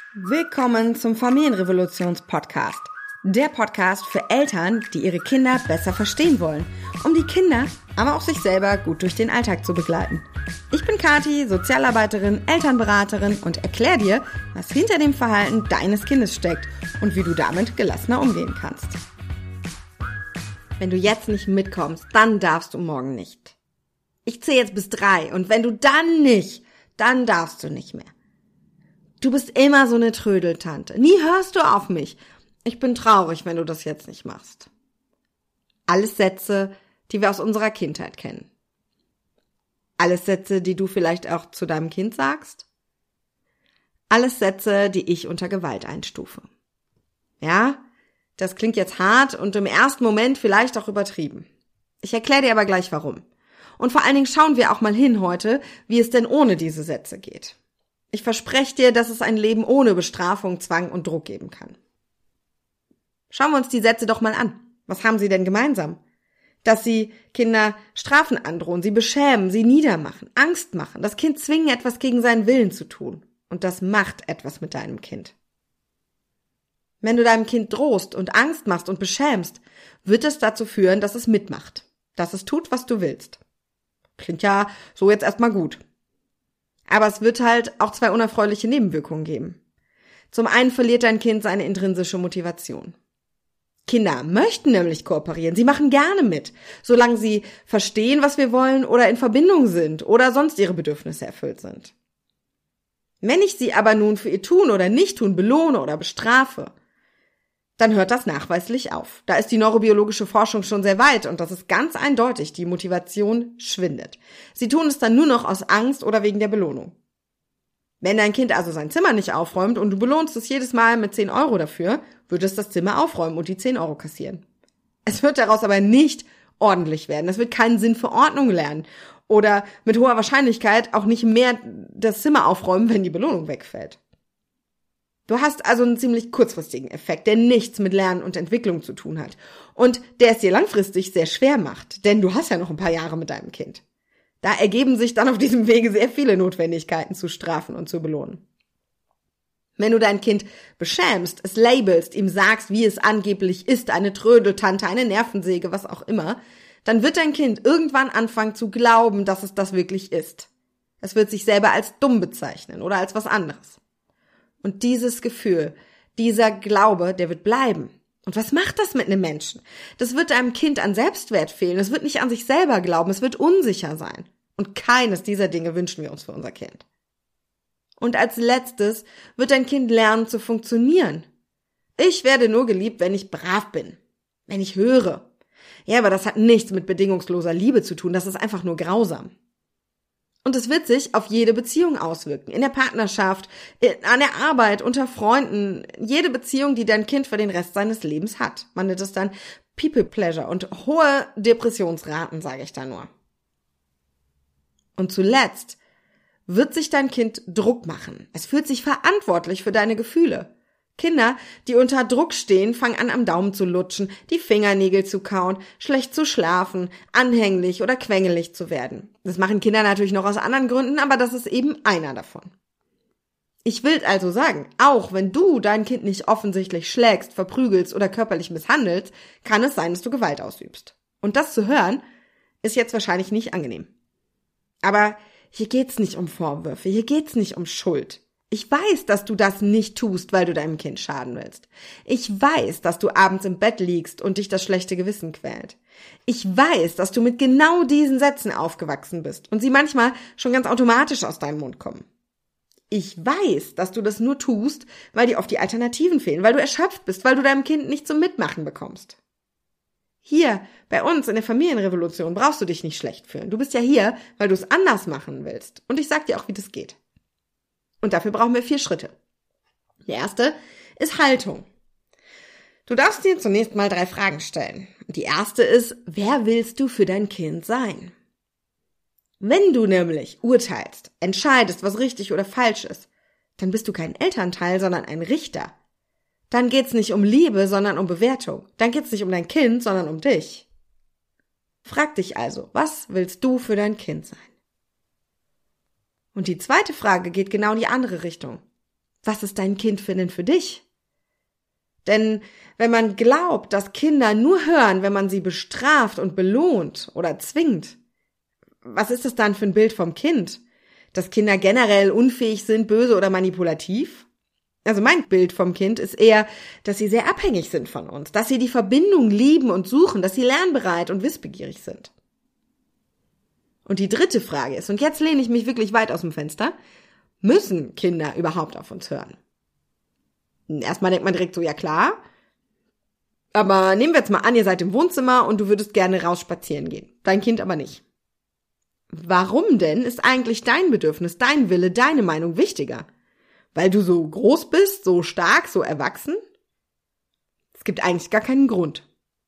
Willkommen zum Familienrevolutions-Podcast. Der Podcast für Eltern, die ihre Kinder besser verstehen wollen, um die Kinder, aber auch sich selber gut durch den Alltag zu begleiten. Ich bin Kathi, Sozialarbeiterin, Elternberaterin und erkläre dir, was hinter dem Verhalten deines Kindes steckt und wie du damit gelassener umgehen kannst. Wenn du jetzt nicht mitkommst, dann darfst du morgen nicht. Ich zähle jetzt bis 3 und wenn du dann nicht, dann darfst du nicht mehr. Du bist immer so eine Trödeltante. Nie hörst du auf mich. Ich bin traurig, wenn du das jetzt nicht machst. Alles Sätze, die wir aus unserer Kindheit kennen. Alles Sätze, die du vielleicht auch zu deinem Kind sagst. Alles Sätze, die ich unter Gewalt einstufe. Ja, das klingt jetzt hart und im ersten Moment vielleicht auch übertrieben. Ich erkläre dir aber gleich warum. Und vor allen Dingen schauen wir auch mal hin heute, wie es denn ohne diese Sätze geht. Ich verspreche dir, dass es ein Leben ohne Bestrafung, Zwang und Druck geben kann. Schauen wir uns die Sätze doch mal an. Was haben sie denn gemeinsam? Dass sie Kinder Strafen androhen, sie beschämen, sie niedermachen, Angst machen, das Kind zwingen, etwas gegen seinen Willen zu tun. Und das macht etwas mit deinem Kind. Wenn du deinem Kind drohst und Angst machst und beschämst, wird es dazu führen, dass es mitmacht, dass es tut, was du willst. Klingt ja so jetzt erstmal gut. Aber es wird halt auch 2 unerfreuliche Nebenwirkungen geben. Zum einen verliert dein Kind seine intrinsische Motivation. Kinder möchten nämlich kooperieren, sie machen gerne mit, solange sie verstehen, was wir wollen oder in Verbindung sind oder sonst ihre Bedürfnisse erfüllt sind. Wenn ich sie aber nun für ihr Tun oder Nicht-Tun belohne oder bestrafe, dann hört das nachweislich auf. Da ist die neurobiologische Forschung schon sehr weit und das ist ganz eindeutig, die Motivation schwindet. Sie tun es dann nur noch aus Angst oder wegen der Belohnung. Wenn dein Kind also sein Zimmer nicht aufräumt und du belohnst es jedes Mal mit 10 Euro dafür, wird es das Zimmer aufräumen und die 10 Euro kassieren. Es wird daraus aber nicht ordentlich werden. Es wird keinen Sinn für Ordnung lernen oder mit hoher Wahrscheinlichkeit auch nicht mehr das Zimmer aufräumen, wenn die Belohnung wegfällt. Du hast also einen ziemlich kurzfristigen Effekt, der nichts mit Lernen und Entwicklung zu tun hat und der es dir langfristig sehr schwer macht, denn du hast ja noch ein paar Jahre mit deinem Kind. Da ergeben sich dann auf diesem Wege sehr viele Notwendigkeiten zu strafen und zu belohnen. Wenn du dein Kind beschämst, es labelst, ihm sagst, wie es angeblich ist, eine Trödeltante, eine Nervensäge, was auch immer, dann wird dein Kind irgendwann anfangen zu glauben, dass es das wirklich ist. Es wird sich selber als dumm bezeichnen oder als was anderes. Und dieses Gefühl, dieser Glaube, der wird bleiben. Und was macht das mit einem Menschen? Das wird deinem Kind an Selbstwert fehlen. Es wird nicht an sich selber glauben. Es wird unsicher sein. Und keines dieser Dinge wünschen wir uns für unser Kind. Und als letztes wird dein Kind lernen zu funktionieren. Ich werde nur geliebt, wenn ich brav bin, wenn ich höre. Ja, aber das hat nichts mit bedingungsloser Liebe zu tun. Das ist einfach nur grausam. Und es wird sich auf jede Beziehung auswirken. In der Partnerschaft, an der Arbeit, unter Freunden. Jede Beziehung, die dein Kind für den Rest seines Lebens hat. Man nennt es dann People Pleasure und hohe Depressionsraten, sage ich da nur. Und zuletzt wird sich dein Kind Druck machen. Es fühlt sich verantwortlich für deine Gefühle. Kinder, die unter Druck stehen, fangen an, am Daumen zu lutschen, die Fingernägel zu kauen, schlecht zu schlafen, anhänglich oder quengelig zu werden. Das machen Kinder natürlich noch aus anderen Gründen, aber das ist eben einer davon. Ich will also sagen, auch wenn du dein Kind nicht offensichtlich schlägst, verprügelst oder körperlich misshandelst, kann es sein, dass du Gewalt ausübst. Und das zu hören, ist jetzt wahrscheinlich nicht angenehm. Aber hier geht's nicht um Vorwürfe, hier geht's nicht um Schuld. Ich weiß, dass du das nicht tust, weil du deinem Kind schaden willst. Ich weiß, dass du abends im Bett liegst und dich das schlechte Gewissen quält. Ich weiß, dass du mit genau diesen Sätzen aufgewachsen bist und sie manchmal schon ganz automatisch aus deinem Mund kommen. Ich weiß, dass du das nur tust, weil dir oft die Alternativen fehlen, weil du erschöpft bist, weil du deinem Kind nicht zum Mitmachen bekommst. Hier, bei uns in der Familienrevolution, brauchst du dich nicht schlecht fühlen. Du bist ja hier, weil du es anders machen willst. Und ich sag dir auch, wie das geht. Und dafür brauchen wir 4 Schritte. Der erste ist Haltung. Du darfst dir zunächst mal 3 Fragen stellen. Die erste ist, wer willst du für dein Kind sein? Wenn du nämlich urteilst, entscheidest, was richtig oder falsch ist, dann bist du kein Elternteil, sondern ein Richter. Dann geht's nicht um Liebe, sondern um Bewertung. Dann geht's nicht um dein Kind, sondern um dich. Frag dich also, was willst du für dein Kind sein? Und die zweite Frage geht genau in die andere Richtung. Was ist dein Kind denn für dich? Denn wenn man glaubt, dass Kinder nur hören, wenn man sie bestraft und belohnt oder zwingt, was ist das dann für ein Bild vom Kind? Dass Kinder generell unfähig sind, böse oder manipulativ? Also mein Bild vom Kind ist eher, dass sie sehr abhängig sind von uns, dass sie die Verbindung lieben und suchen, dass sie lernbereit und wissbegierig sind. Und die dritte Frage ist, und jetzt lehne ich mich wirklich weit aus dem Fenster, müssen Kinder überhaupt auf uns hören? Erstmal denkt man direkt so, ja klar, aber nehmen wir jetzt mal an, ihr seid im Wohnzimmer und du würdest gerne raus spazieren gehen, dein Kind aber nicht. Warum denn ist eigentlich dein Bedürfnis, dein Wille, deine Meinung wichtiger? Weil du so groß bist, so stark, so erwachsen? Es gibt eigentlich gar keinen Grund.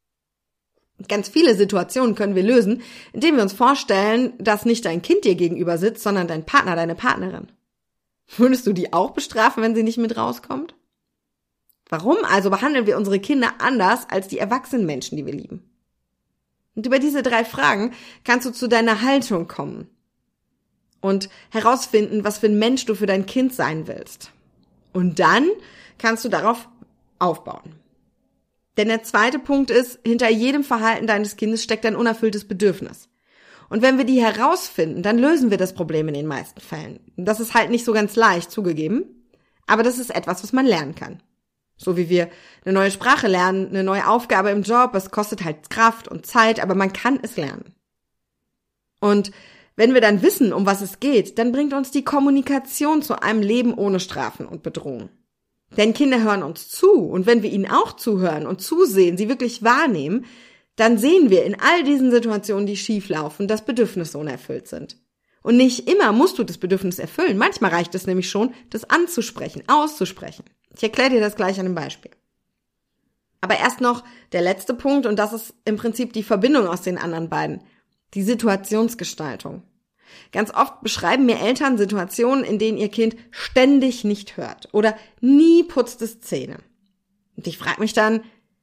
Ganz viele Situationen können wir lösen, indem wir uns vorstellen, dass nicht dein Kind dir gegenüber sitzt, sondern dein Partner, deine Partnerin. Würdest du die auch bestrafen, wenn sie nicht mit rauskommt? Warum also behandeln wir unsere Kinder anders als die erwachsenen Menschen, die wir lieben? Und über diese 3 Fragen kannst du zu deiner Haltung kommen und herausfinden, was für ein Mensch du für dein Kind sein willst. Und dann kannst du darauf aufbauen. Denn der zweite Punkt ist, hinter jedem Verhalten deines Kindes steckt ein unerfülltes Bedürfnis. Und wenn wir die herausfinden, dann lösen wir das Problem in den meisten Fällen. Das ist halt nicht so ganz leicht, zugegeben, aber das ist etwas, was man lernen kann. So wie wir eine neue Sprache lernen, eine neue Aufgabe im Job, es kostet halt Kraft und Zeit, aber man kann es lernen. Und wenn wir dann wissen, um was es geht, dann bringt uns die Kommunikation zu einem Leben ohne Strafen und Bedrohung. Denn Kinder hören uns zu und wenn wir ihnen auch zuhören und zusehen, sie wirklich wahrnehmen, dann sehen wir in all diesen Situationen, die schief laufen, dass Bedürfnisse unerfüllt sind. Und nicht immer musst du das Bedürfnis erfüllen. Manchmal reicht es nämlich schon, das anzusprechen, auszusprechen. Ich erkläre dir das gleich an einem Beispiel. Aber erst noch der letzte Punkt, und das ist im Prinzip die Verbindung aus den anderen beiden. Die Situationsgestaltung. Ganz oft beschreiben mir Eltern Situationen, in denen ihr Kind ständig nicht hört oder nie putzt es Zähne. Und ich frage mich dann,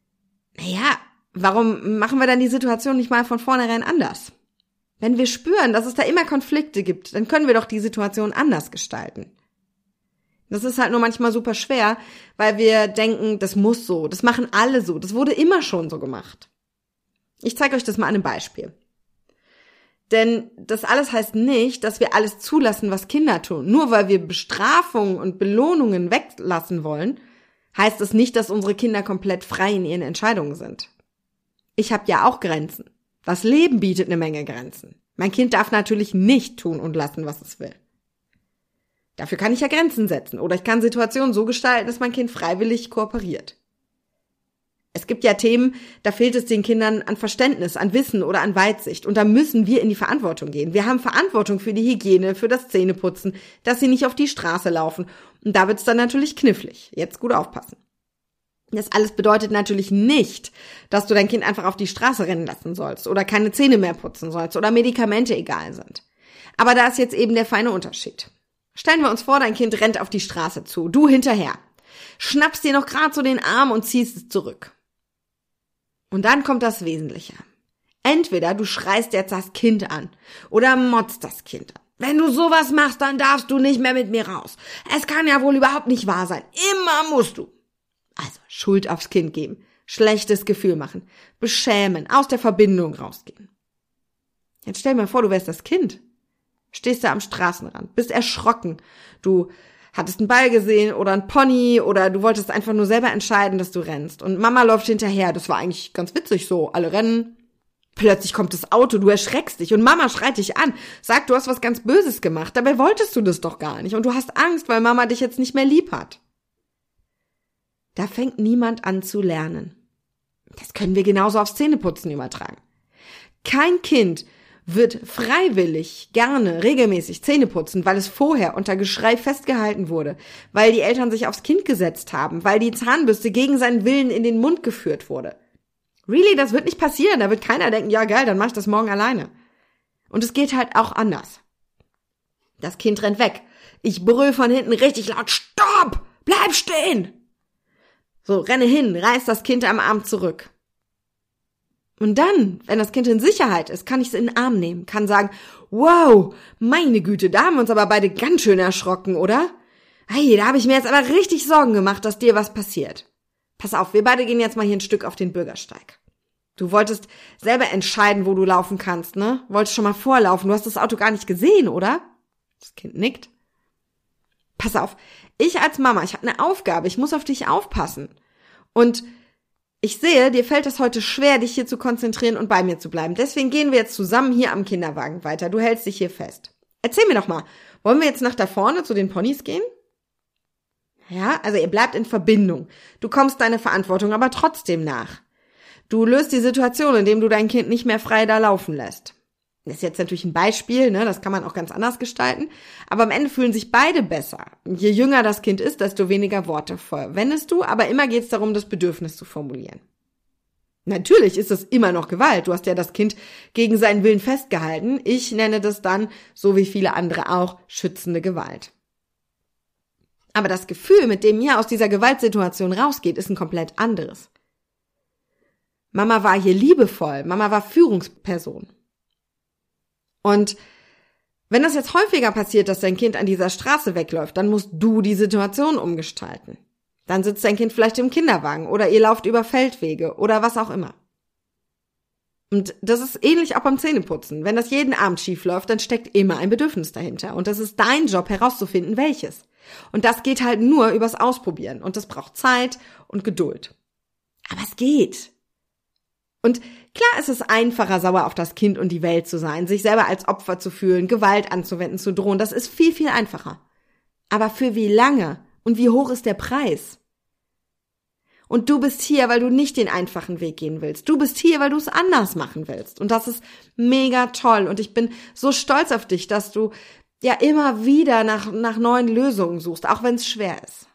warum machen wir dann die Situation nicht mal von vornherein anders? Wenn wir spüren, dass es da immer Konflikte gibt, dann können wir doch die Situation anders gestalten. Das ist halt nur manchmal super schwer, weil wir denken, das muss so, das machen alle so, das wurde immer schon so gemacht. Ich zeige euch das mal an einem Beispiel. Denn das alles heißt nicht, dass wir alles zulassen, was Kinder tun. Nur weil wir Bestrafungen und Belohnungen weglassen wollen, heißt es nicht, dass unsere Kinder komplett frei in ihren Entscheidungen sind. Ich habe ja auch Grenzen. Das Leben bietet eine Menge Grenzen. Mein Kind darf natürlich nicht tun und lassen, was es will. Dafür kann ich ja Grenzen setzen oder ich kann Situationen so gestalten, dass mein Kind freiwillig kooperiert. Es gibt ja Themen, da fehlt es den Kindern an Verständnis, an Wissen oder an Weitsicht und da müssen wir in die Verantwortung gehen. Wir haben Verantwortung für die Hygiene, für das Zähneputzen, dass sie nicht auf die Straße laufen und da wird's dann natürlich knifflig. Jetzt gut aufpassen. Das alles bedeutet natürlich nicht, dass du dein Kind einfach auf die Straße rennen lassen sollst oder keine Zähne mehr putzen sollst oder Medikamente egal sind. Aber da ist jetzt eben der feine Unterschied. Stellen wir uns vor, dein Kind rennt auf die Straße zu, du hinterher. Schnappst dir noch gerade so den Arm und ziehst es zurück. Und dann kommt das Wesentliche. Entweder du schreist jetzt das Kind an oder motzt das Kind an. Wenn du sowas machst, dann darfst du nicht mehr mit mir raus. Es kann ja wohl überhaupt nicht wahr sein. Immer musst du. Also Schuld aufs Kind geben, schlechtes Gefühl machen, beschämen, aus der Verbindung rausgehen. Jetzt stell dir mal vor, du wärst das Kind. Stehst da am Straßenrand, bist erschrocken. Du hattest einen Ball gesehen oder einen Pony oder du wolltest einfach nur selber entscheiden, dass du rennst. Und Mama läuft hinterher. Das war eigentlich ganz witzig so. Alle rennen. Plötzlich kommt das Auto, du erschreckst dich und Mama schreit dich an. Sagt, du hast was ganz Böses gemacht. Dabei wolltest du das doch gar nicht. Und du hast Angst, weil Mama dich jetzt nicht mehr lieb hat. Da fängt niemand an zu lernen. Das können wir genauso aufs Zähneputzen übertragen. Kein Kind wird freiwillig gerne regelmäßig Zähne putzen, weil es vorher unter Geschrei festgehalten wurde, weil die Eltern sich aufs Kind gesetzt haben, weil die Zahnbürste gegen seinen Willen in den Mund geführt wurde. Really, das wird nicht passieren, da wird keiner denken, ja geil, dann mach ich das morgen alleine. Und es geht halt auch anders. Das Kind rennt weg. Ich brüll von hinten richtig laut, stopp, bleib stehen. So, renne hin, reiß das Kind am Arm zurück. Und dann, wenn das Kind in Sicherheit ist, kann ich es in den Arm nehmen, kann sagen, wow, meine Güte, da haben wir uns aber beide ganz schön erschrocken, oder? Hey, da habe ich mir jetzt aber richtig Sorgen gemacht, dass dir was passiert. Pass auf, wir beide gehen jetzt mal hier ein Stück auf den Bürgersteig. Du wolltest selber entscheiden, wo du laufen kannst, ne? Wolltest schon mal vorlaufen. Du hast das Auto gar nicht gesehen, oder? Das Kind nickt. Pass auf, ich als Mama, ich habe eine Aufgabe. Ich muss auf dich aufpassen. Und ich sehe, dir fällt es heute schwer, dich hier zu konzentrieren und bei mir zu bleiben. Deswegen gehen wir jetzt zusammen hier am Kinderwagen weiter. Du hältst dich hier fest. Erzähl mir doch mal, wollen wir jetzt nach da vorne zu den Ponys gehen? Ja, also ihr bleibt in Verbindung. Du kommst deiner Verantwortung aber trotzdem nach. Du löst die Situation, indem du dein Kind nicht mehr frei da laufen lässt. Das ist jetzt natürlich ein Beispiel, ne? Das kann man auch ganz anders gestalten. Aber am Ende fühlen sich beide besser. Je jünger das Kind ist, desto weniger Worte verwendest du. Aber immer geht es darum, das Bedürfnis zu formulieren. Natürlich ist es immer noch Gewalt. Du hast ja das Kind gegen seinen Willen festgehalten. Ich nenne das dann, so wie viele andere auch, schützende Gewalt. Aber das Gefühl, mit dem ihr aus dieser Gewaltsituation rausgeht, ist ein komplett anderes. Mama war hier liebevoll, Mama war Führungsperson. Und wenn das jetzt häufiger passiert, dass dein Kind an dieser Straße wegläuft, dann musst du die Situation umgestalten. Dann sitzt dein Kind vielleicht im Kinderwagen oder ihr lauft über Feldwege oder was auch immer. Und das ist ähnlich auch beim Zähneputzen. Wenn das jeden Abend schief läuft, dann steckt immer ein Bedürfnis dahinter. Und das ist dein Job herauszufinden, welches. Und das geht halt nur übers Ausprobieren. Und das braucht Zeit und Geduld. Aber es geht. Und klar ist es einfacher, sauer auf das Kind und die Welt zu sein, sich selber als Opfer zu fühlen, Gewalt anzuwenden, zu drohen. Das ist viel, viel einfacher. Aber für wie lange und wie hoch ist der Preis? Und du bist hier, weil du nicht den einfachen Weg gehen willst. Du bist hier, weil du es anders machen willst. Und das ist mega toll. Und ich bin so stolz auf dich, dass du ja immer wieder nach neuen Lösungen suchst, auch wenn es schwer ist.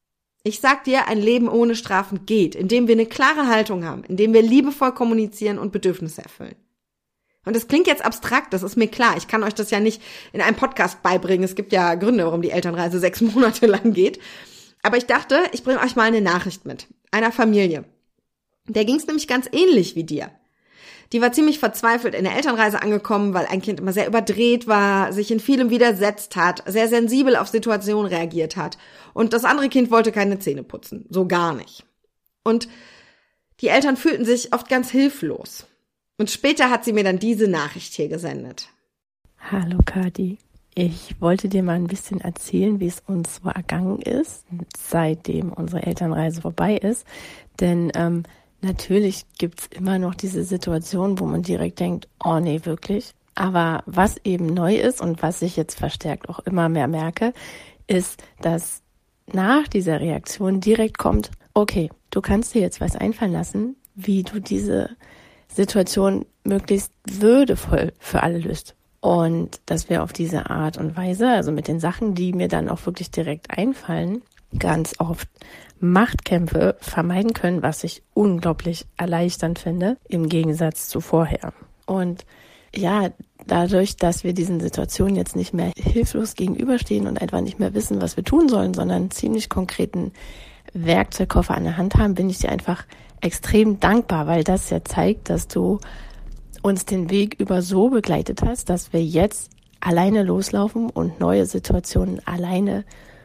Ich sag dir, ein Leben ohne Strafen geht, indem wir eine klare Haltung haben, indem wir liebevoll kommunizieren und Bedürfnisse erfüllen. Und das klingt jetzt abstrakt, das ist mir klar. Ich kann euch das ja nicht in einem Podcast beibringen. Es gibt ja Gründe, warum die Elternreise 6 Monate lang geht. Aber ich dachte, ich bringe euch mal eine Nachricht mit. Einer Familie. Der ging es nämlich ganz ähnlich wie dir. Die war ziemlich verzweifelt in der Elternreise angekommen, weil ein Kind immer sehr überdreht war, sich in vielem widersetzt hat, sehr sensibel auf Situationen reagiert hat. Und das andere Kind wollte keine Zähne putzen. So gar nicht. Und die Eltern fühlten sich oft ganz hilflos. Und später hat sie mir dann diese Nachricht hier gesendet. Hallo Kati. Ich wollte dir mal ein bisschen erzählen, wie es uns so ergangen ist, seitdem unsere Elternreise vorbei ist. Denn natürlich gibt's immer noch diese Situation, wo man direkt denkt, oh nee, wirklich. Aber was eben neu ist und was ich jetzt verstärkt auch immer mehr merke, ist, dass nach dieser Reaktion direkt kommt, okay, du kannst dir jetzt was einfallen lassen, wie du diese Situation möglichst würdevoll für alle löst. Und dass wir auf diese Art und Weise, also mit den Sachen, die mir dann auch wirklich direkt einfallen, ganz oft Machtkämpfe vermeiden können, was ich unglaublich erleichternd finde, im Gegensatz zu vorher. Und ja, dadurch, dass wir diesen Situationen jetzt nicht mehr hilflos gegenüberstehen und einfach nicht mehr wissen, was wir tun sollen, sondern einen ziemlich konkreten Werkzeugkoffer an der Hand haben, bin ich dir einfach extrem dankbar, weil das ja zeigt, dass du uns den Weg über so begleitet hast, dass wir jetzt alleine loslaufen und neue Situationen alleine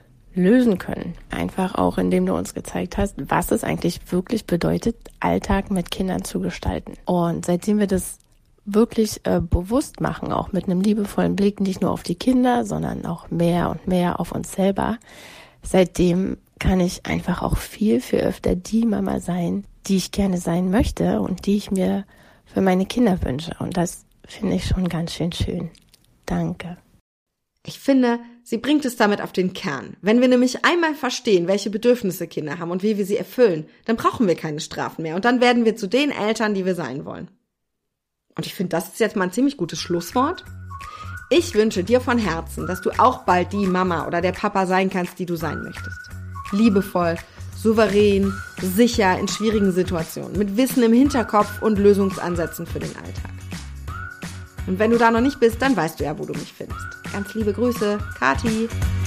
lösen können. Einfach auch, indem du uns gezeigt hast, was es eigentlich wirklich bedeutet, Alltag mit Kindern zu gestalten. Und seitdem wir das wirklich bewusst machen, auch mit einem liebevollen Blick, nicht nur auf die Kinder, sondern auch mehr und mehr auf uns selber, seitdem kann ich einfach auch viel öfter die Mama sein, die ich gerne sein möchte und die ich mir für meine Kinder wünsche. Und das finde ich schon ganz schön schön. Danke. Ich finde, sie bringt es damit auf den Kern. Wenn wir nämlich einmal verstehen, welche Bedürfnisse Kinder haben und wie wir sie erfüllen, dann brauchen wir keine Strafen mehr. Und dann werden wir zu den Eltern, die wir sein wollen. Und ich finde, das ist jetzt mal ein ziemlich gutes Schlusswort. Ich wünsche dir von Herzen, dass du auch bald die Mama oder der Papa sein kannst, die du sein möchtest. Liebevoll, souverän, sicher in schwierigen Situationen, mit Wissen im Hinterkopf und Lösungsansätzen für den Alltag. Und wenn du da noch nicht bist, dann weißt du ja, wo du mich findest. Ganz liebe Grüße, Kati.